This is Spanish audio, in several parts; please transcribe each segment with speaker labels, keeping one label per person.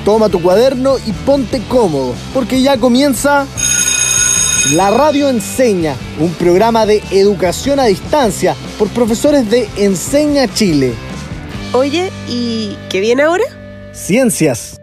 Speaker 1: Toma tu cuaderno y ponte cómodo, porque ya comienza La Radio Enseña, un programa de educación a distancia por profesores de Enseña Chile.
Speaker 2: Oye, ¿y qué viene ahora?
Speaker 1: Ciencias.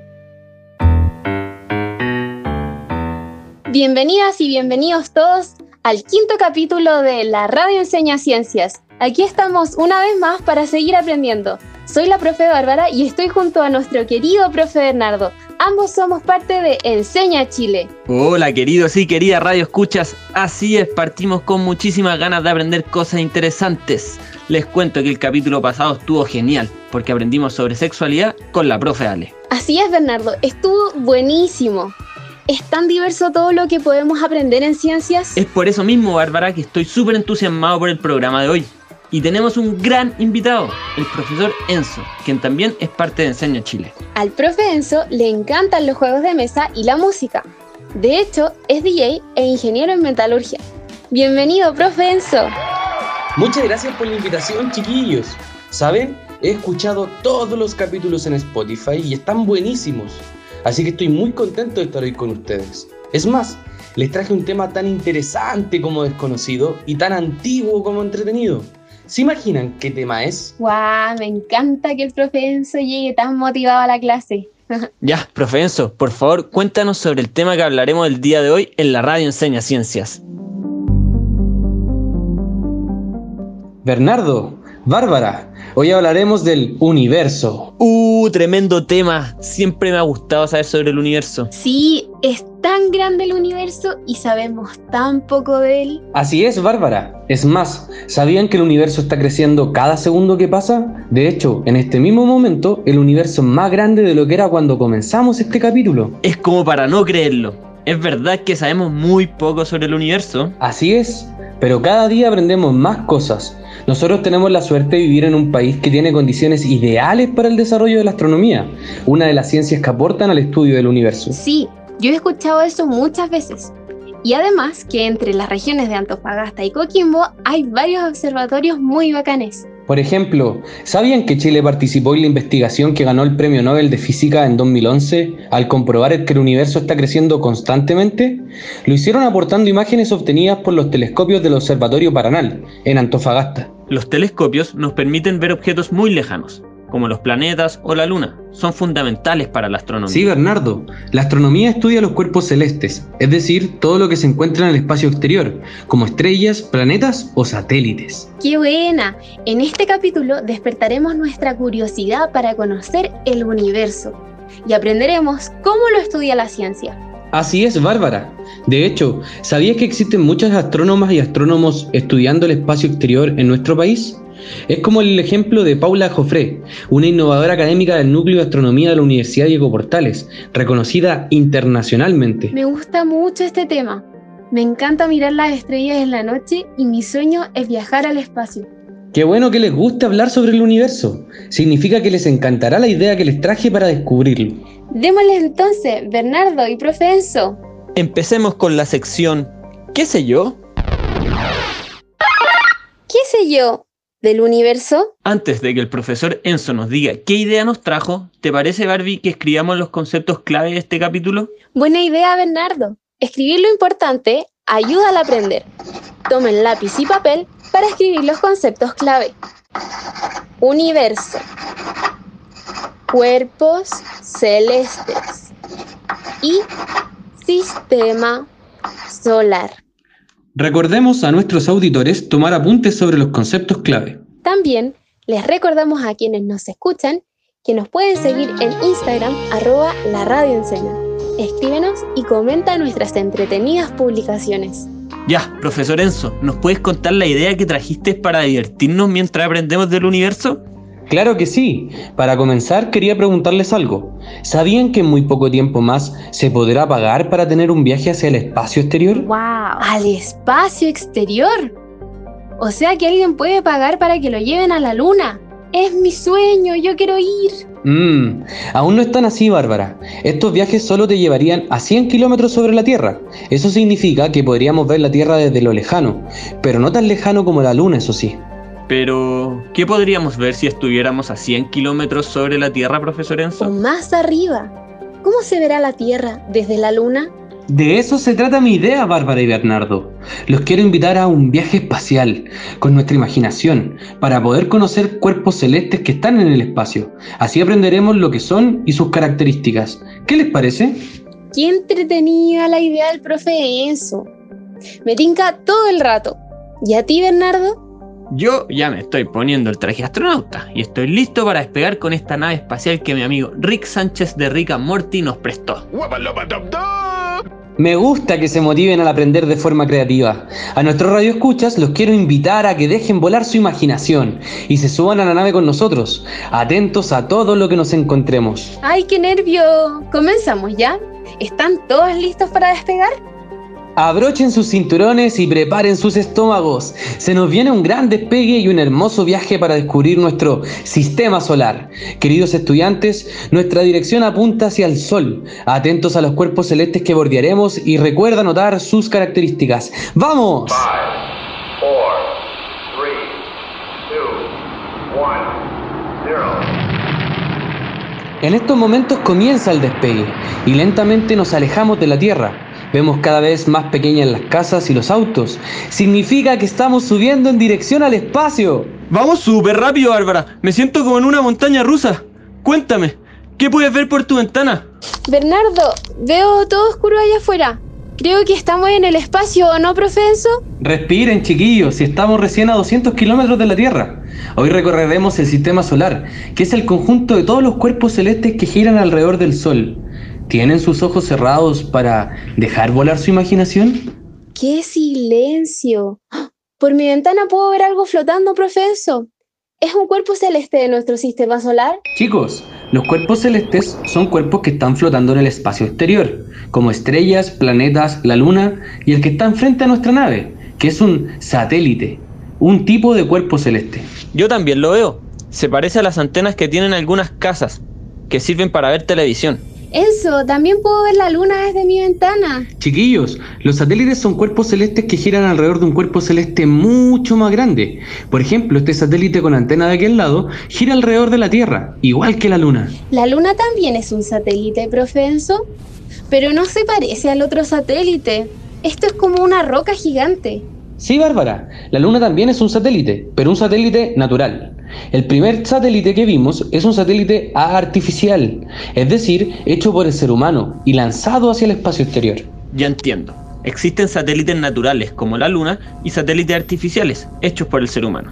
Speaker 3: Bienvenidas y bienvenidos todos al quinto capítulo de La Radio Enseña Ciencias. Aquí estamos una vez más para seguir aprendiendo. Soy la profe Bárbara y estoy junto a nuestro querido profe Bernardo. Ambos somos parte de Enseña Chile.
Speaker 4: Hola queridos y queridas radio escuchas. Así es, partimos con muchísimas ganas de aprender cosas interesantes. Les cuento que el capítulo pasado estuvo genial, porque aprendimos sobre sexualidad con la profe Ale.
Speaker 3: Así es, Bernardo, estuvo buenísimo. ¿Es tan diverso todo lo que podemos aprender en ciencias?
Speaker 4: Es por eso mismo, Bárbara, que estoy súper entusiasmado por el programa de hoy. Y tenemos un gran invitado, el profesor Enzo, quien también es parte de Enseña Chile.
Speaker 3: Al profe Enzo le encantan los juegos de mesa y la música. De hecho, es DJ e ingeniero en metalurgia. Bienvenido, profe Enzo.
Speaker 5: Muchas gracias por la invitación, chiquillos. ¿Saben? He escuchado todos los capítulos en Spotify y están buenísimos. Así que estoy muy contento de estar hoy con ustedes. Es más, les traje un tema tan interesante como desconocido y tan antiguo como entretenido. ¿Se imaginan qué tema es?
Speaker 3: ¡Guau! Me encanta que el profe Enzo llegue tan motivado a la clase.
Speaker 4: Ya, profe Enzo, por favor, cuéntanos sobre el tema que hablaremos el día de hoy en la Radio Enseña Ciencias.
Speaker 5: Bernardo, Bárbara, hoy hablaremos del universo.
Speaker 4: Tremendo tema. Siempre me ha gustado saber sobre el universo.
Speaker 3: Sí, es tan grande el universo y sabemos tan poco de él.
Speaker 5: Así es, Bárbara. Es más, ¿sabían que el universo está creciendo cada segundo que pasa? De hecho, en este mismo momento, el universo es más grande de lo que era cuando comenzamos este capítulo.
Speaker 4: Es como para no creerlo. Es verdad que sabemos muy poco sobre el universo.
Speaker 5: Así es, pero cada día aprendemos más cosas. Nosotros tenemos la suerte de vivir en un país que tiene condiciones ideales para el desarrollo de la astronomía, una de las ciencias que aportan al estudio del universo.
Speaker 3: Sí, yo he escuchado eso muchas veces. Y además que entre las regiones de Antofagasta y Coquimbo hay varios observatorios muy bacanes.
Speaker 5: Por ejemplo, ¿sabían que Chile participó en la investigación que ganó el Premio Nobel de Física en 2011 al comprobar que el universo está creciendo constantemente? Lo hicieron aportando imágenes obtenidas por los telescopios del Observatorio Paranal, en Antofagasta.
Speaker 4: Los telescopios nos permiten ver objetos muy lejanos, como los planetas o la luna. Son fundamentales para la astronomía.
Speaker 5: Sí, Bernardo. La astronomía estudia los cuerpos celestes, es decir, todo lo que se encuentra en el espacio exterior, como estrellas, planetas o satélites.
Speaker 3: ¡Qué buena! En este capítulo despertaremos nuestra curiosidad para conocer el universo y aprenderemos cómo lo estudia la ciencia.
Speaker 5: Así es, Bárbara. De hecho, ¿sabías que existen muchas astrónomas y astrónomos estudiando el espacio exterior en nuestro país? Es como el ejemplo de Paula Jofré, una innovadora académica del Núcleo de Astronomía de la Universidad Diego Portales, reconocida internacionalmente.
Speaker 3: Me gusta mucho este tema. Me encanta mirar las estrellas en la noche y mi sueño es viajar al espacio.
Speaker 5: Qué bueno que les guste hablar sobre el universo. Significa que les encantará la idea que les traje para descubrirlo.
Speaker 3: Démosle entonces, Bernardo y profe Enzo.
Speaker 4: Empecemos con la sección ¿qué sé yo?
Speaker 3: ¿Qué sé yo del universo?
Speaker 4: Antes de que el profesor Enzo nos diga qué idea nos trajo, ¿te parece, Barbie, que escribamos los conceptos clave de este capítulo?
Speaker 3: Buena idea, Bernardo. Escribir lo importante ayuda al aprender. Tomen lápiz y papel para escribir los conceptos clave. Universo. Cuerpos celestes. Y sistema solar.
Speaker 5: Recordemos a nuestros auditores tomar apuntes sobre los conceptos clave.
Speaker 3: También les recordamos a quienes nos escuchan que nos pueden seguir en Instagram @laradioenseña. Escríbenos y comenta nuestras entretenidas publicaciones.
Speaker 4: Ya, profesor Enzo, ¿nos puedes contar la idea que trajiste para divertirnos mientras aprendemos del universo?
Speaker 5: Claro que sí. Para comenzar, quería preguntarles algo. ¿Sabían que en muy poco tiempo más se podrá pagar para tener un viaje hacia el espacio exterior?
Speaker 3: ¡Wow! ¿Al espacio exterior? O sea que alguien puede pagar para que lo lleven a la luna. ¡Es mi sueño! ¡Yo quiero ir!
Speaker 5: Aún no están así, Bárbara. Estos viajes solo te llevarían a 100 kilómetros sobre la Tierra. Eso significa que podríamos ver la Tierra desde lo lejano, pero no tan lejano como la Luna, eso sí.
Speaker 4: Pero, ¿qué podríamos ver si estuviéramos a 100 kilómetros sobre la Tierra, profesor Enzo?
Speaker 3: O más arriba. ¿cómo se verá la Tierra desde la Luna?
Speaker 6: De eso se trata mi idea, Bárbara y Bernardo. Los quiero invitar a un viaje espacial con nuestra imaginación para poder conocer cuerpos celestes que están en el espacio. Así aprenderemos lo que son y sus características. ¿Qué les parece?
Speaker 3: Qué entretenida la idea del profe Enzo. Me tinca todo el rato. ¿Y a ti, Bernardo?
Speaker 4: Yo ya me estoy poniendo el traje astronauta y estoy listo para despegar con esta nave espacial que mi amigo Rick Sánchez de Rick and Morty nos prestó.
Speaker 6: Me gusta que se motiven al aprender de forma creativa. A nuestros radioescuchas los quiero invitar a que dejen volar su imaginación y se suban a la nave con nosotros, atentos a todo lo que nos encontremos.
Speaker 3: ¡Ay, qué nervio! ¿Comenzamos ya? ¿Están todos listos para despegar?
Speaker 6: Abrochen sus cinturones y preparen sus estómagos. Se nos viene un gran despegue y un hermoso viaje para descubrir nuestro sistema solar. Queridos estudiantes, nuestra dirección apunta hacia el Sol. Atentos a los cuerpos celestes que bordearemos y recuerda notar sus características. ¡Vamos!
Speaker 7: 5, 4, 3, 2, 1, 0.
Speaker 6: En estos momentos comienza el despegue y lentamente nos alejamos de la Tierra. Vemos cada vez más pequeñas las casas y los autos. Significa que estamos subiendo en dirección al espacio.
Speaker 4: Vamos súper rápido, Bárbara. Me siento como en una montaña rusa. Cuéntame, ¿qué puedes ver por tu ventana?
Speaker 3: Bernardo, veo todo oscuro allá afuera. Creo que estamos en el espacio, ¿o no, profe Enzo?
Speaker 6: Respiren, chiquillos, si estamos recién a 200 kilómetros de la Tierra. Hoy recorreremos el sistema solar, que es el conjunto de todos los cuerpos celestes que giran alrededor del Sol. ¿Tienen sus ojos cerrados para dejar volar su imaginación?
Speaker 3: ¡Qué silencio! Por mi ventana puedo ver algo flotando, profe Enzo. ¿Es un cuerpo celeste de nuestro sistema solar?
Speaker 6: Chicos, los cuerpos celestes son cuerpos que están flotando en el espacio exterior, como estrellas, planetas, la luna y el que está enfrente a nuestra nave, que es un satélite, un tipo de cuerpo celeste.
Speaker 4: Yo también lo veo. Se parece a las antenas que tienen algunas casas, que sirven para ver televisión.
Speaker 3: Enzo, también puedo ver la luna desde mi ventana.
Speaker 6: Chiquillos, los satélites son cuerpos celestes que giran alrededor de un cuerpo celeste mucho más grande. Por ejemplo, este satélite con antena de aquel lado gira alrededor de la Tierra, igual que la luna.
Speaker 3: La luna también es un satélite, profe Enzo, pero no se parece al otro satélite. Esto es como una roca gigante.
Speaker 6: Sí, Bárbara, la luna también es un satélite, pero un satélite natural. El primer satélite que vimos es un satélite artificial, es decir, hecho por el ser humano y lanzado hacia el espacio exterior.
Speaker 4: Ya entiendo. Existen satélites naturales como la Luna y satélites artificiales hechos por el ser humano.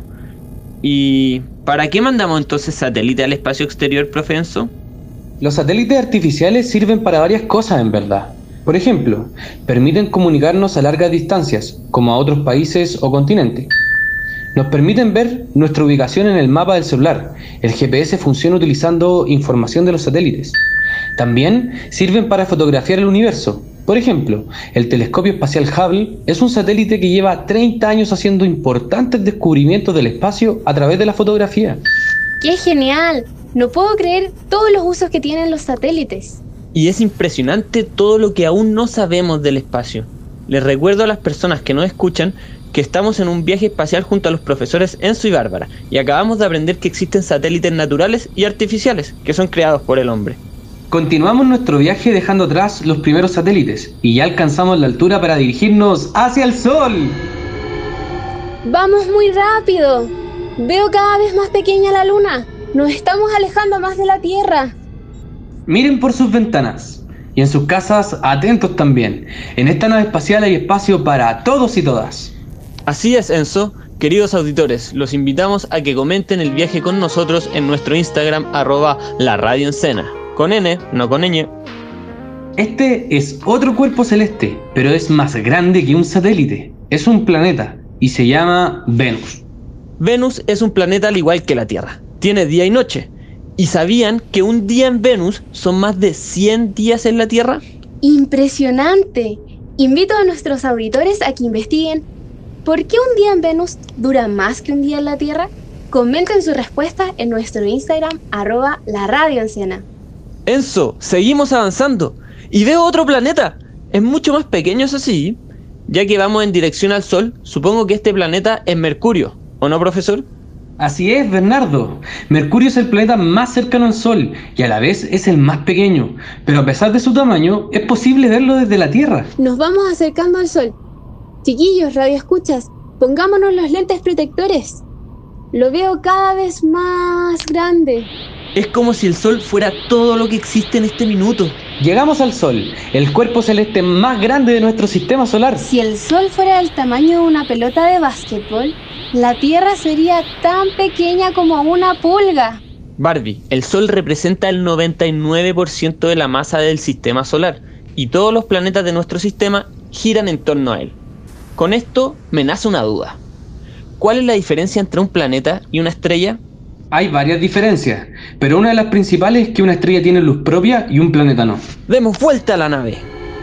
Speaker 4: ¿Y para qué mandamos entonces satélites al espacio exterior, profe Enzo?
Speaker 6: Los satélites artificiales sirven para varias cosas en verdad. Por ejemplo, permiten comunicarnos a largas distancias, como a otros países o continentes. Nos permiten ver nuestra ubicación en el mapa del celular. El GPS funciona utilizando información de los satélites. También sirven para fotografiar el universo. Por ejemplo, el telescopio espacial Hubble es un satélite que lleva 30 años haciendo importantes descubrimientos del espacio a través de la fotografía.
Speaker 3: ¡Qué genial! No puedo creer todos los usos que tienen los satélites.
Speaker 4: Y es impresionante todo lo que aún no sabemos del espacio. Les recuerdo a las personas que nos escuchan que estamos en un viaje espacial junto a los profesores Enzo y Bárbara y acabamos de aprender que existen satélites naturales y artificiales que son creados por el hombre.
Speaker 6: Continuamos nuestro viaje dejando atrás los primeros satélites y ya alcanzamos la altura para dirigirnos hacia el Sol.
Speaker 3: ¡Vamos muy rápido! Veo cada vez más pequeña la luna. Nos estamos alejando más de la Tierra.
Speaker 6: Miren por sus ventanas y en sus casas atentos también. En esta nave espacial hay espacio para todos y todas.
Speaker 4: Así es, Enzo. Queridos auditores, los invitamos a que comenten el viaje con nosotros en nuestro Instagram @laradioencena. Con N, no con ñ.
Speaker 6: Este es otro cuerpo celeste, pero es más grande que un satélite. Es un planeta y se llama Venus.
Speaker 4: Venus es un planeta al igual que la Tierra. Tiene día y noche. ¿Y sabían que un día en Venus son más de 100 días en la Tierra?
Speaker 3: ¡Impresionante! Invito a nuestros auditores a que investiguen ¿por qué un día en Venus dura más que un día en la Tierra? Comenten su respuesta en nuestro Instagram @laradioencena.
Speaker 4: Enzo, seguimos avanzando y veo otro planeta. Es mucho más pequeño, eso sí. Ya que vamos en dirección al Sol, supongo que este planeta es Mercurio, ¿o no, profesor?
Speaker 6: Así es, Bernardo. Mercurio es el planeta más cercano al Sol y a la vez es el más pequeño, pero a pesar de su tamaño, es posible verlo desde la Tierra.
Speaker 3: Nos vamos acercando al Sol. Chiquillos, radioescuchas, pongámonos los lentes protectores. Lo veo cada vez más grande.
Speaker 4: Es como si el Sol fuera todo lo que existe en este minuto.
Speaker 6: Llegamos al Sol, el cuerpo celeste más grande de nuestro sistema solar.
Speaker 3: Si el Sol fuera del tamaño de una pelota de básquetbol, la Tierra sería tan pequeña como una pulga.
Speaker 4: Barbie, el Sol representa el 99% de la masa del sistema solar y todos los planetas de nuestro sistema giran en torno a él. Con esto me nace una duda. ¿Cuál es la diferencia entre un planeta y una estrella?
Speaker 6: Hay varias diferencias, pero una de las principales es que una estrella tiene luz propia y un planeta no.
Speaker 4: Demos vuelta a la nave.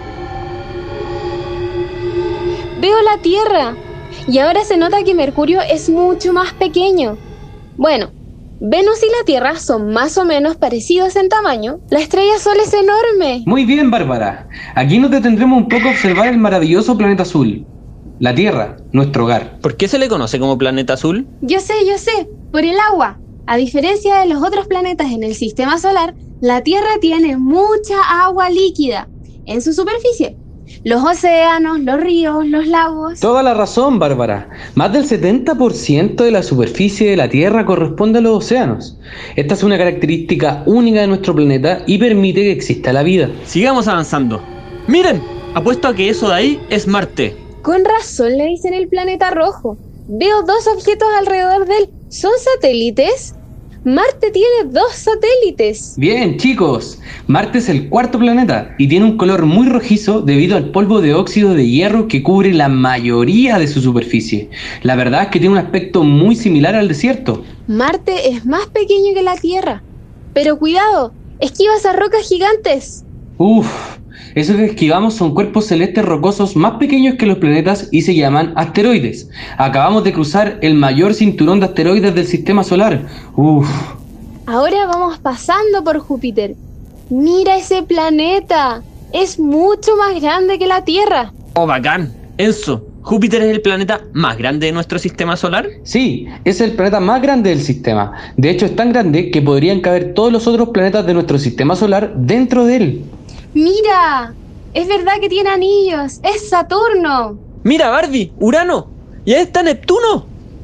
Speaker 3: Veo la Tierra y ahora se nota que Mercurio es mucho más pequeño. Bueno, Venus y la Tierra son más o menos parecidos en tamaño. La estrella Sol es enorme.
Speaker 6: Muy bien, Bárbara. Aquí nos detendremos un poco a observar el maravilloso planeta azul. La Tierra, nuestro hogar.
Speaker 4: ¿Por qué se le conoce como planeta azul?
Speaker 3: Yo sé, por el agua. A diferencia de los otros planetas en el sistema solar, la Tierra tiene mucha agua líquida en su superficie. Los océanos, los ríos, los lagos...
Speaker 6: Toda la razón, Bárbara. Más del 70% de la superficie de la Tierra corresponde a los océanos. Esta es una característica única de nuestro planeta y permite que exista la vida.
Speaker 4: Sigamos avanzando. ¡Miren! Apuesto a que eso de ahí es Marte.
Speaker 3: Con razón le dicen el planeta rojo. Veo dos objetos alrededor de él. ¿Son satélites? Marte tiene 2 satélites.
Speaker 6: Bien, chicos. Marte es el cuarto planeta y tiene un color muy rojizo debido al polvo de óxido de hierro que cubre la mayoría de su superficie. La verdad es que tiene un aspecto muy similar al desierto.
Speaker 3: Marte es más pequeño que la Tierra. Pero cuidado, esquiva esas rocas gigantes.
Speaker 6: Esos que esquivamos son cuerpos celestes rocosos más pequeños que los planetas y se llaman asteroides. Acabamos de cruzar el mayor cinturón de asteroides del sistema solar.
Speaker 3: Ahora vamos pasando por Júpiter. Mira ese planeta. Es mucho más grande que la Tierra.
Speaker 4: ¡Oh, bacán! Enzo, ¿Júpiter es el planeta más grande de nuestro sistema solar?
Speaker 6: Sí, es el planeta más grande del sistema. De hecho, es tan grande que podrían caber todos los otros planetas de nuestro sistema solar dentro de él.
Speaker 3: ¡Mira! Es verdad que tiene anillos. ¡Es Saturno!
Speaker 4: ¡Mira, Barbie! ¡Urano! ¡Y ahí está Neptuno!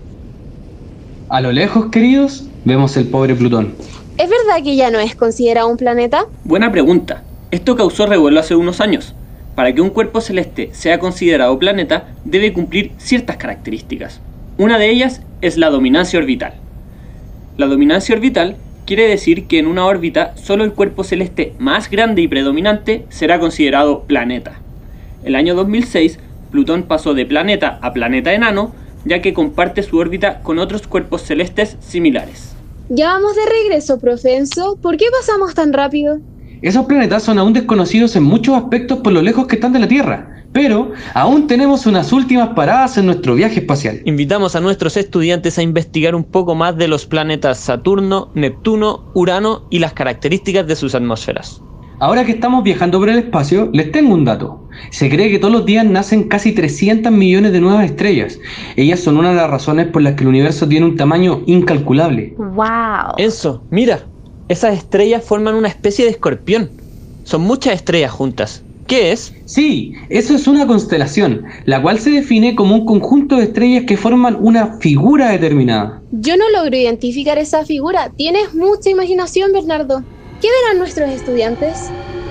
Speaker 6: A lo lejos, queridos, vemos el pobre Plutón.
Speaker 3: ¿Es verdad que ya no es considerado un planeta?
Speaker 4: Buena pregunta. Esto causó revuelo hace unos años. Para que un cuerpo celeste sea considerado planeta, debe cumplir ciertas características. Una de ellas es la dominancia orbital. La dominancia orbital quiere decir que en una órbita solo el cuerpo celeste más grande y predominante será considerado planeta. El año 2006, Plutón pasó de planeta a planeta enano, ya que comparte su órbita con otros cuerpos celestes similares.
Speaker 3: Ya vamos de regreso, profe Enzo. ¿Por qué pasamos tan rápido?
Speaker 6: Esos planetas son aún desconocidos en muchos aspectos por lo lejos que están de la Tierra, pero aún tenemos unas últimas paradas en nuestro viaje espacial.
Speaker 4: Invitamos a nuestros estudiantes a investigar un poco más de los planetas Saturno, Neptuno, Urano y las características de sus atmósferas.
Speaker 6: Ahora que estamos viajando por el espacio, les tengo un dato. Se cree que todos los días nacen casi 300 millones de nuevas estrellas. Ellas son una de las razones por las que el universo tiene un tamaño incalculable.
Speaker 3: ¡Wow!
Speaker 4: Enzo, mira, esas estrellas forman una especie de escorpión. Son muchas estrellas juntas. ¿Qué es?
Speaker 6: Sí, eso es una constelación, la cual se define como un conjunto de estrellas que forman una figura determinada.
Speaker 3: Yo no logro identificar esa figura. Tienes mucha imaginación, Bernardo. ¿Qué verán nuestros estudiantes?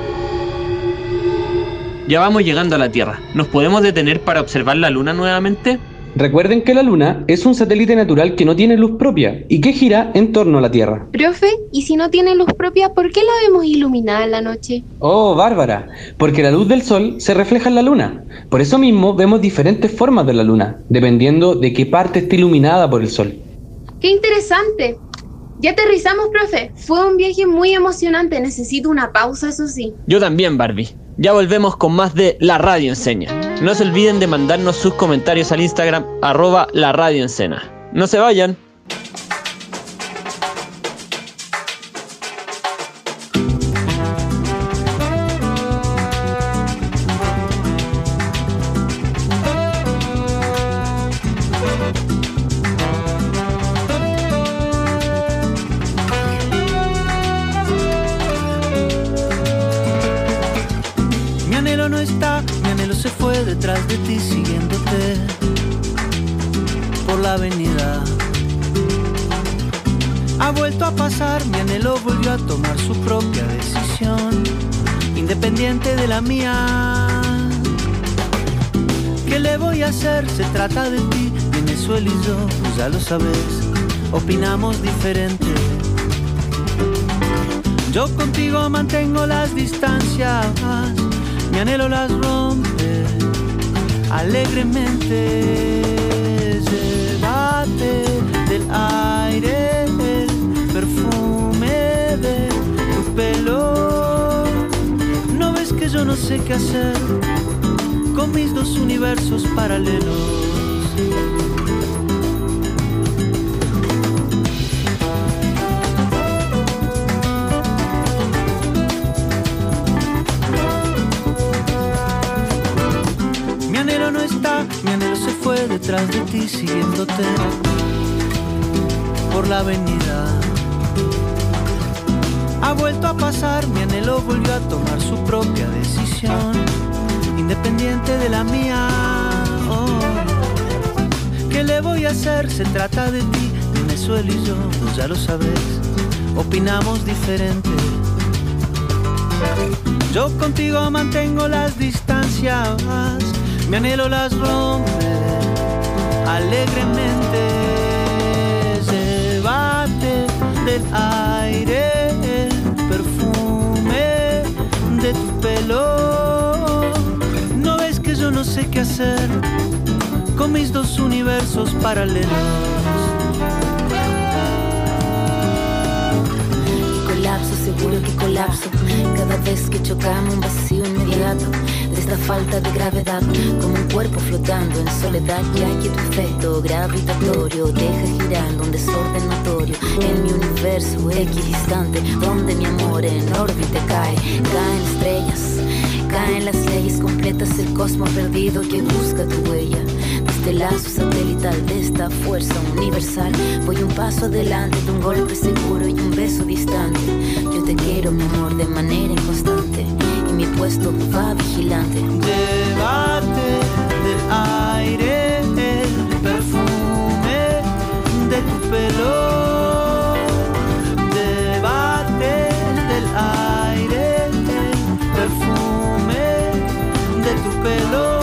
Speaker 4: Ya vamos llegando a la Tierra. ¿Nos podemos detener para observar la Luna nuevamente?
Speaker 6: Recuerden que la Luna es un satélite natural que no tiene luz propia y que gira en torno a la Tierra.
Speaker 3: Profe, ¿y si no tiene luz propia, por qué la vemos iluminada en la noche?
Speaker 6: Oh, Bárbara, porque la luz del Sol se refleja en la Luna. Por eso mismo vemos diferentes formas de la Luna, dependiendo de qué parte esté iluminada por el Sol.
Speaker 3: ¡Qué interesante! Ya aterrizamos, profe. Fue un viaje muy emocionante. Necesito una pausa, eso sí.
Speaker 4: Yo también, Barbie. Ya volvemos con más de La Radio Enseña. No se olviden de mandarnos sus comentarios al Instagram @laradioencena. No se vayan.
Speaker 8: anhelo no está, mi anhelo se fue detrás de ti siguiéndote por la avenida. Ha vuelto a pasar, mi anhelo volvió a tomar su propia decisión, independiente de la mía. ¿Qué le voy a hacer? Se trata de ti, Venezuela y yo, pues ya lo sabes, opinamos diferente. Yo contigo mantengo las distancias, mi anhelo las rompe alegremente. Llévate del aire el perfume de tu pelo. ¿No ves que yo no sé qué hacer con mis dos universos paralelos? Mi anhelo no está, mi anhelo se fue detrás de ti siguiéndote por la avenida. Ha vuelto a pasar, mi anhelo volvió a tomar su propia decisión, independiente de la mía. Oh. ¿Qué le voy a hacer? Se trata de ti, Venezuela y yo, pues ya lo sabes, opinamos diferente. Yo contigo mantengo las distancias, mi anhelo las rompe alegremente. Llévate del aire el perfume de tu pelo. ¿No ves que yo no sé qué hacer con mis dos universos paralelos?
Speaker 9: Colapso, seguro que colapso. Cada vez que chocamos un vacío inmediato de esta falta de gravedad, como un cuerpo flotando en soledad, ya que tu efecto gravitatorio deja girando un desorden notorio en mi universo equidistante, donde mi amor en órbita cae. Caen estrellas, caen las leyes completas, el cosmos perdido que busca tu huella. Desde el lazo satelital de esta fuerza universal, voy un paso adelante de un golpe seguro y un beso distante. Yo te quiero, mi amor, de manera inconstante, y mi puesto va vigilante.
Speaker 8: Llévate del aire el perfume de tu pelo. Llévate del aire el perfume de tu pelo.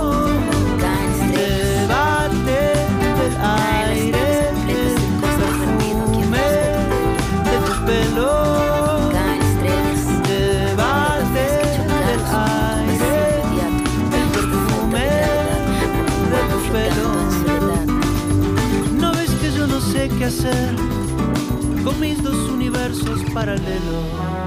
Speaker 8: ¿Qué hacer con mis dos universos paralelos?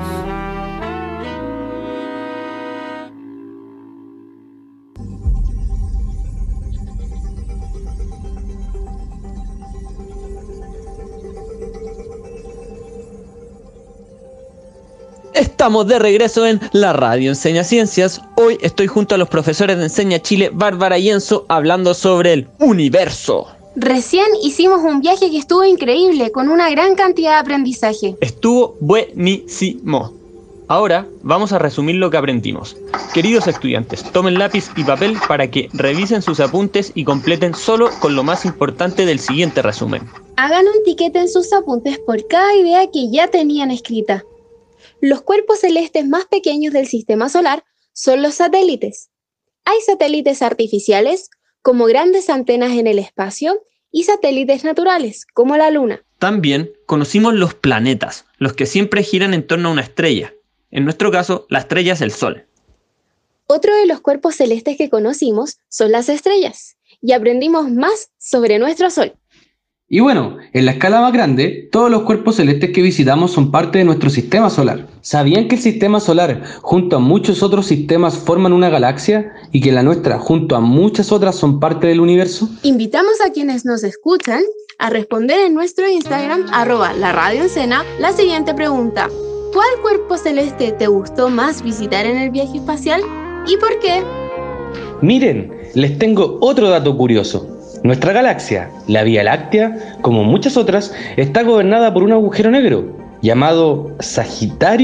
Speaker 4: Estamos de regreso en la Radio Enseña Ciencias. Hoy estoy junto a los profesores de Enseña Chile, Bárbara y Enzo, hablando sobre el universo.
Speaker 3: Recién hicimos un viaje que estuvo increíble, con una gran cantidad de aprendizaje.
Speaker 4: Estuvo buenísimo. Ahora vamos a resumir lo que aprendimos. Queridos estudiantes, tomen lápiz y papel para que revisen sus apuntes y completen solo con lo más importante del siguiente resumen.
Speaker 3: Hagan un tiquete en sus apuntes por cada idea que ya tenían escrita. Los cuerpos celestes más pequeños del sistema solar son los satélites. Hay satélites artificiales, como grandes antenas en el espacio, y satélites naturales, como la Luna.
Speaker 4: También conocimos los planetas, los que siempre giran en torno a una estrella. En nuestro caso, la estrella es el Sol.
Speaker 3: Otro de los cuerpos celestes que conocimos son las estrellas, y aprendimos más sobre nuestro Sol.
Speaker 6: Y bueno, en la escala más grande, todos los cuerpos celestes que visitamos son parte de nuestro sistema solar. ¿Sabían que el sistema solar, junto a muchos otros sistemas, forman una galaxia y que la nuestra, junto a muchas otras, son parte del universo?
Speaker 3: Invitamos a quienes nos escuchan a responder en nuestro Instagram, @laradioencena, la siguiente pregunta. ¿Cuál cuerpo celeste te gustó más visitar en el viaje espacial y por qué?
Speaker 5: Miren, les tengo otro dato curioso. Nuestra galaxia, la Vía Láctea, como muchas otras, está gobernada por un agujero negro llamado Sagitario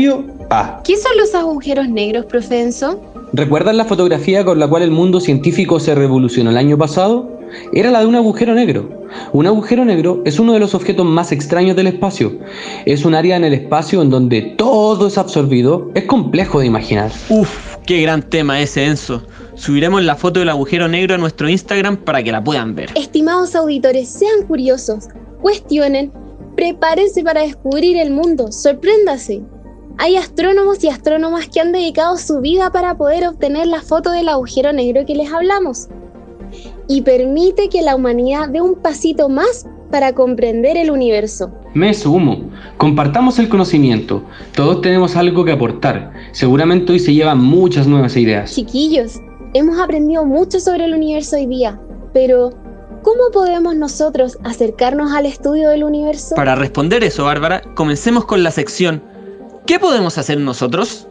Speaker 6: A.
Speaker 3: ¿Qué son los agujeros negros, profe Enzo?
Speaker 6: ¿Recuerdan la fotografía con la cual el mundo científico se revolucionó el año pasado? Era la de un agujero negro. Un agujero negro es uno de los objetos más extraños del espacio. Es un área en el espacio en donde todo es absorbido. Es complejo de imaginar.
Speaker 4: Uf, qué gran tema ese, Enzo. Subiremos la foto del agujero negro a nuestro Instagram para que la puedan ver.
Speaker 3: Estimados auditores, sean curiosos, cuestionen, prepárense para descubrir el mundo, sorpréndase. Hay astrónomos y astrónomas que han dedicado su vida para poder obtener la foto del agujero negro que les hablamos. Y permite que la humanidad dé un pasito más para comprender el universo.
Speaker 6: Me sumo. Compartamos el conocimiento. Todos tenemos algo que aportar. Seguramente hoy se llevan muchas nuevas ideas.
Speaker 3: Chiquillos, hemos aprendido mucho sobre el universo hoy día, pero ¿cómo podemos nosotros acercarnos al estudio del universo?
Speaker 4: Para responder eso, Bárbara, comencemos con la sección ¿qué podemos hacer nosotros?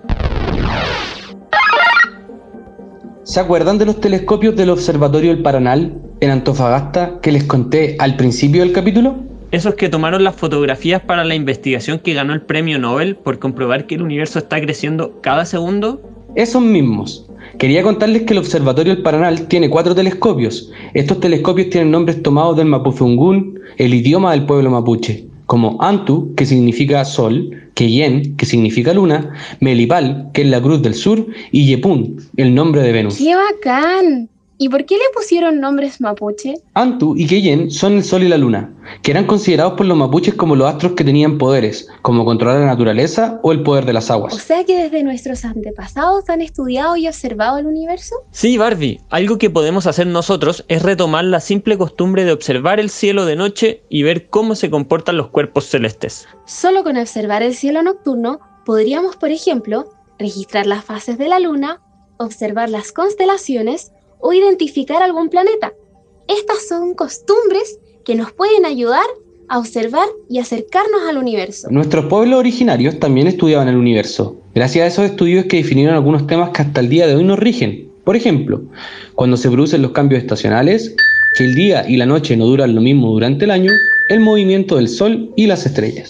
Speaker 6: ¿Se acuerdan de los telescopios del Observatorio El Paranal en Antofagasta que les conté al principio del capítulo?
Speaker 4: Esos que tomaron las fotografías para la investigación que ganó el premio Nobel por comprobar que el universo está creciendo cada segundo.
Speaker 6: Esos mismos. Quería contarles que el Observatorio El Paranal tiene 4 telescopios. Estos telescopios tienen nombres tomados del mapuzungún, el idioma del pueblo mapuche, como Antu, que significa sol, Queyen, que significa luna, Melipal, que es la cruz del sur, y Yepun, el nombre de Venus.
Speaker 3: ¡Qué bacán! ¿Y por qué le pusieron nombres mapuche?
Speaker 6: Antu y Queyen son el sol y la luna, que eran considerados por los mapuches como los astros que tenían poderes, como controlar la naturaleza o el poder de las aguas.
Speaker 3: O sea que desde nuestros antepasados han estudiado y observado el universo.
Speaker 4: Sí, Barbie, algo que podemos hacer nosotros es retomar la simple costumbre de observar el cielo de noche y ver cómo se comportan los cuerpos celestes.
Speaker 3: Solo con observar el cielo nocturno podríamos, por ejemplo, registrar las fases de la luna, observar las constelaciones o identificar algún planeta. Estas son costumbres que nos pueden ayudar a observar y acercarnos al universo.
Speaker 6: Nuestros pueblos originarios también estudiaban el universo. Gracias a esos estudios que definieron algunos temas que hasta el día de hoy nos rigen. Por ejemplo, cuando se producen los cambios estacionales, que el día y la noche no duran lo mismo durante el año, el movimiento del sol y las estrellas.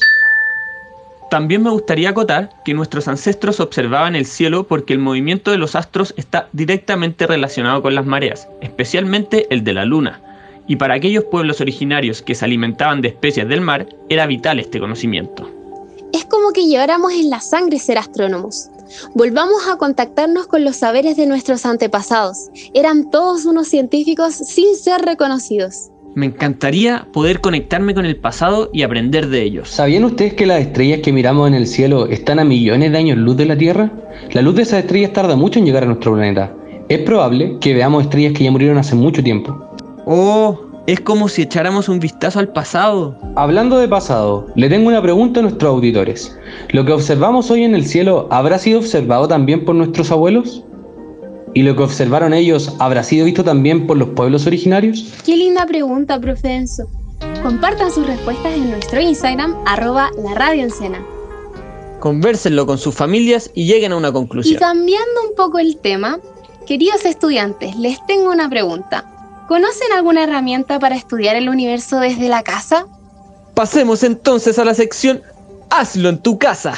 Speaker 4: También me gustaría acotar que nuestros ancestros observaban el cielo porque el movimiento de los astros está directamente relacionado con las mareas, especialmente el de la luna. Y para aquellos pueblos originarios que se alimentaban de especies del mar, era vital este conocimiento.
Speaker 3: Es como que lleváramos en la sangre ser astrónomos. Volvamos a contactarnos con los saberes de nuestros antepasados. Eran todos unos científicos sin ser reconocidos.
Speaker 4: Me encantaría poder conectarme con el pasado y aprender de ellos.
Speaker 6: ¿Sabían ustedes que las estrellas que miramos en el cielo están a millones de años luz de la Tierra? La luz de esas estrellas tarda mucho en llegar a nuestro planeta. Es probable que veamos estrellas que ya murieron hace mucho tiempo.
Speaker 4: ¡Oh! Es como si echáramos un vistazo al pasado.
Speaker 6: Hablando de pasado, le tengo una pregunta a nuestros auditores. ¿Lo que observamos hoy en el cielo habrá sido observado también por nuestros abuelos? ¿Y lo que observaron ellos habrá sido visto también por los pueblos originarios?
Speaker 3: Qué linda pregunta, profe Enzo. Compartan sus respuestas en nuestro Instagram, @laradioencena.
Speaker 4: Convérsenlo con sus familias y lleguen a una conclusión.
Speaker 3: Y cambiando un poco el tema, queridos estudiantes, les tengo una pregunta. ¿Conocen alguna herramienta para estudiar el universo desde la casa?
Speaker 4: Pasemos entonces a la sección Hazlo en tu casa.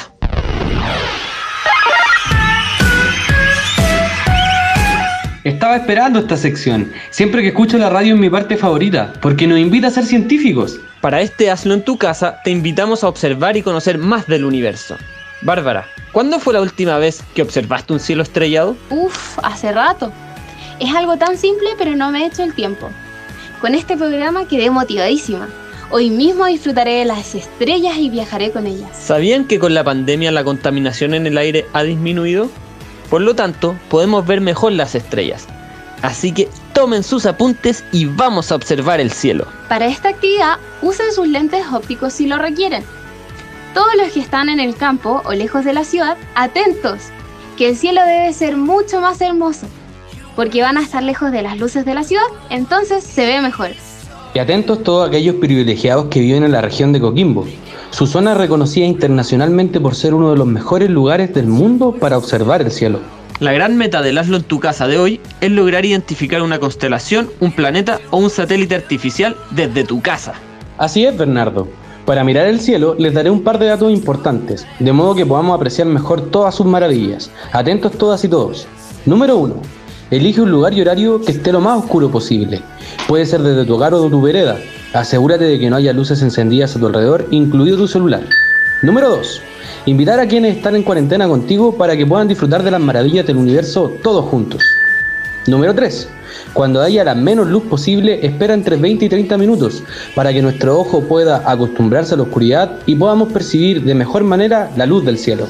Speaker 6: Estaba esperando esta sección. Siempre que escucho la radio es mi parte favorita, porque nos invita a ser científicos.
Speaker 4: Para este Hazlo en tu casa, te invitamos a observar y conocer más del universo. Bárbara, ¿cuándo fue la última vez que observaste un cielo estrellado?
Speaker 3: Hace rato. Es algo tan simple, pero no me he hecho el tiempo. Con este programa quedé motivadísima. Hoy mismo disfrutaré de las estrellas y viajaré con ellas.
Speaker 4: ¿Sabían que con la pandemia la contaminación en el aire ha disminuido? Por lo tanto, podemos ver mejor las estrellas. Así que tomen sus apuntes y vamos a observar el cielo.
Speaker 3: Para esta actividad, usen sus lentes ópticos si lo requieren. Todos los que están en el campo o lejos de la ciudad, atentos, que el cielo debe ser mucho más hermoso, porque van a estar lejos de las luces de la ciudad, entonces se ve mejor.
Speaker 6: Y atentos todos aquellos privilegiados que viven en la región de Coquimbo. Su zona es reconocida internacionalmente por ser uno de los mejores lugares del mundo para observar el cielo.
Speaker 4: La gran meta del Hazlo en tu casa de hoy es lograr identificar una constelación, un planeta o un satélite artificial desde tu casa.
Speaker 6: Así es, Bernardo. Para mirar el cielo les daré un par de datos importantes, de modo que podamos apreciar mejor todas sus maravillas. Atentos todas y todos. Número 1. Elige un lugar y horario que esté lo más oscuro posible. Puede ser desde tu hogar o de tu vereda. Asegúrate de que no haya luces encendidas a tu alrededor, incluido tu celular. Número 2. Invitar a quienes están en cuarentena contigo para que puedan disfrutar de las maravillas del universo todos juntos. Número 3. Cuando haya la menos luz posible, espera entre 20 y 30 minutos para que nuestro ojo pueda acostumbrarse a la oscuridad y podamos percibir de mejor manera la luz del cielo.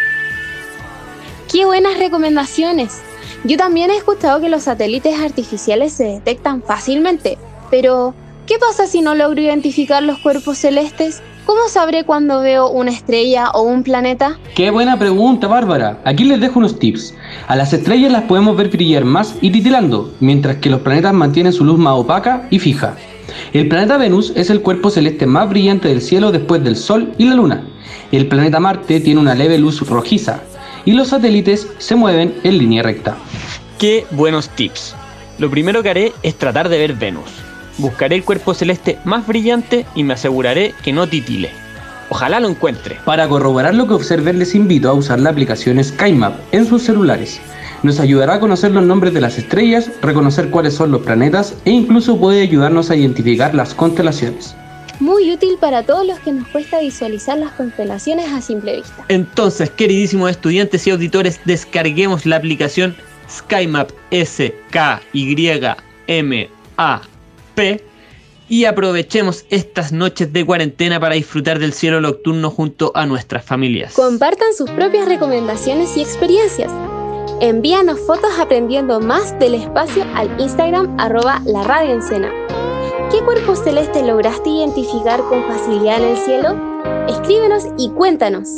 Speaker 3: ¡Qué buenas recomendaciones! Yo también he escuchado que los satélites artificiales se detectan fácilmente, pero ¿qué pasa si no logro identificar los cuerpos celestes? ¿Cómo sabré cuando veo una estrella o un planeta?
Speaker 6: ¡Qué buena pregunta, Bárbara! Aquí les dejo unos tips. A las estrellas las podemos ver brillar más y titilando, mientras que los planetas mantienen su luz más opaca y fija. El planeta Venus es el cuerpo celeste más brillante del cielo después del Sol y la Luna. El planeta Marte tiene una leve luz rojiza y los satélites se mueven en línea recta.
Speaker 4: ¡Qué buenos tips! Lo primero que haré es tratar de ver Venus. Buscaré el cuerpo celeste más brillante y me aseguraré que no titile. Ojalá lo encuentre.
Speaker 6: Para corroborar lo que observen les invito a usar la aplicación SkyMap en sus celulares. Nos ayudará a conocer los nombres de las estrellas, reconocer cuáles son los planetas e incluso puede ayudarnos a identificar las constelaciones.
Speaker 3: Muy útil para todos los que nos cuesta visualizar las constelaciones a simple vista.
Speaker 4: Entonces, queridísimos estudiantes y auditores, descarguemos la aplicación SkyMap SkyMap y aprovechemos estas noches de cuarentena para disfrutar del cielo nocturno junto a nuestras familias.
Speaker 3: Compartan sus propias recomendaciones y experiencias. Envíanos fotos aprendiendo más del espacio al Instagram @laradioencena. ¿Qué cuerpo celeste lograste identificar con facilidad en el cielo? Escríbenos y cuéntanos.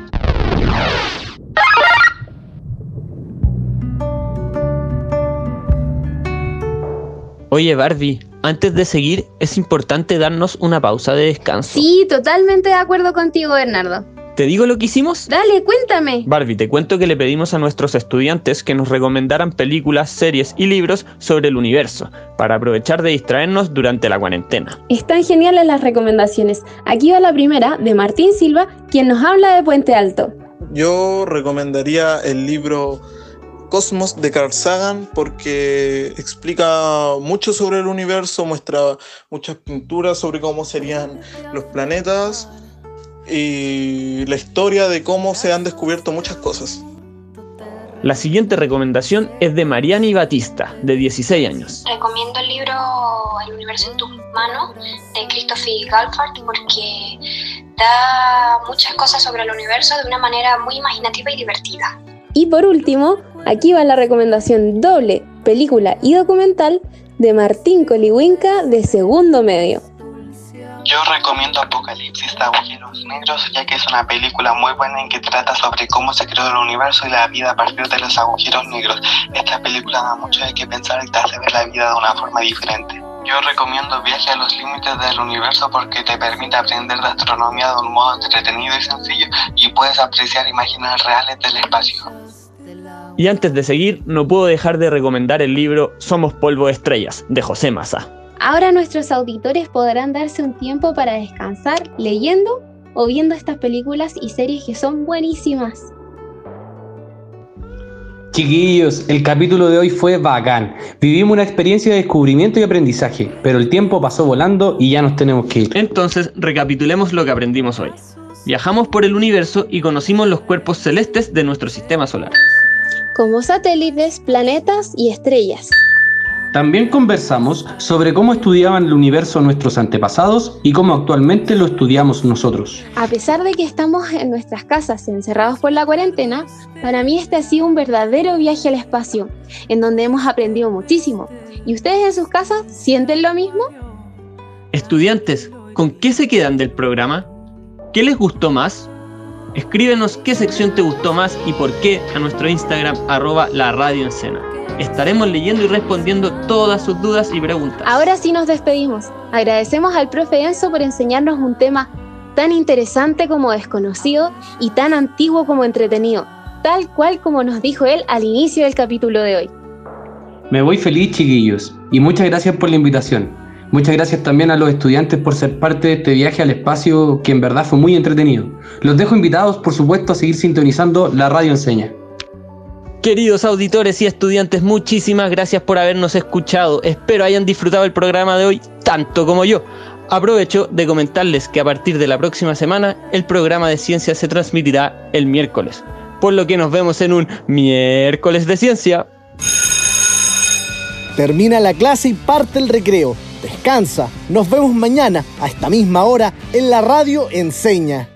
Speaker 4: Oye Barbie, antes de seguir es importante darnos una pausa de descanso.
Speaker 3: Sí, totalmente de acuerdo contigo, Bernardo.
Speaker 4: ¿Te digo lo que hicimos?
Speaker 3: Dale, cuéntame.
Speaker 4: Barbie, te cuento que le pedimos a nuestros estudiantes que nos recomendaran películas, series y libros sobre el universo, para aprovechar de distraernos durante la cuarentena.
Speaker 3: Están geniales las recomendaciones. Aquí va la primera, de Martín Silva, quien nos habla de Puente Alto.
Speaker 10: Yo recomendaría el libro Cosmos de Carl Sagan porque explica mucho sobre el universo, muestra muchas pinturas sobre cómo serían los planetas y la historia de cómo se han descubierto muchas cosas.
Speaker 4: La siguiente recomendación es de Mariani Batista, de 16 años.
Speaker 11: Recomiendo el libro El universo en tus manos, de Christopher Galfard, porque da muchas cosas sobre el universo de una manera muy imaginativa y divertida.
Speaker 3: Y por último, aquí va la recomendación doble, película y documental de Martín Colihuinca, de segundo medio.
Speaker 12: Yo recomiendo Apocalipsis de agujeros negros, ya que es una película muy buena en que trata sobre cómo se creó el universo y la vida a partir de los agujeros negros. Esta película da mucho de qué pensar y te hace ver la vida de una forma diferente. Yo recomiendo Viaje a los límites del universo porque te permite aprender de astronomía de un modo entretenido y sencillo y puedes apreciar imágenes reales del espacio.
Speaker 4: Y antes de seguir, no puedo dejar de recomendar el libro Somos polvo de estrellas, de José Massa.
Speaker 3: Ahora nuestros auditores podrán darse un tiempo para descansar leyendo o viendo estas películas y series que son buenísimas.
Speaker 6: Chiquillos, el capítulo de hoy fue bacán. Vivimos una experiencia de descubrimiento y aprendizaje, pero el tiempo pasó volando y ya nos tenemos que ir.
Speaker 4: Entonces, recapitulemos lo que aprendimos hoy. Viajamos por el universo y conocimos los cuerpos celestes de nuestro sistema solar,
Speaker 3: como satélites, planetas y estrellas.
Speaker 6: También conversamos sobre cómo estudiaban el universo nuestros antepasados y cómo actualmente lo estudiamos nosotros.
Speaker 3: A pesar de que estamos en nuestras casas encerrados por la cuarentena, para mí este ha sido un verdadero viaje al espacio, en donde hemos aprendido muchísimo. ¿Y ustedes en sus casas sienten lo mismo?
Speaker 4: Estudiantes, ¿con qué se quedan del programa? ¿Qué les gustó más? Escríbenos qué sección te gustó más y por qué a nuestro Instagram @laradioencena. Estaremos leyendo y respondiendo todas sus dudas y preguntas.
Speaker 3: Ahora sí nos despedimos. Agradecemos al profe Enzo por enseñarnos un tema tan interesante como desconocido y tan antiguo como entretenido, tal cual como nos dijo él al inicio del capítulo de hoy.
Speaker 6: Me voy feliz, chiquillos, y muchas gracias por la invitación. Muchas gracias también a los estudiantes por ser parte de este viaje al espacio que en verdad fue muy entretenido. Los dejo invitados, por supuesto, a seguir sintonizando La Radio Enseña.
Speaker 4: Queridos auditores y estudiantes, muchísimas gracias por habernos escuchado. Espero hayan disfrutado el programa de hoy tanto como yo. Aprovecho de comentarles que a partir de la próxima semana el programa de ciencia se transmitirá el miércoles, por lo que nos vemos en un miércoles de ciencia.
Speaker 1: Termina la clase y parte el recreo. Descansa. Nos vemos mañana a esta misma hora en La Radio Enseña.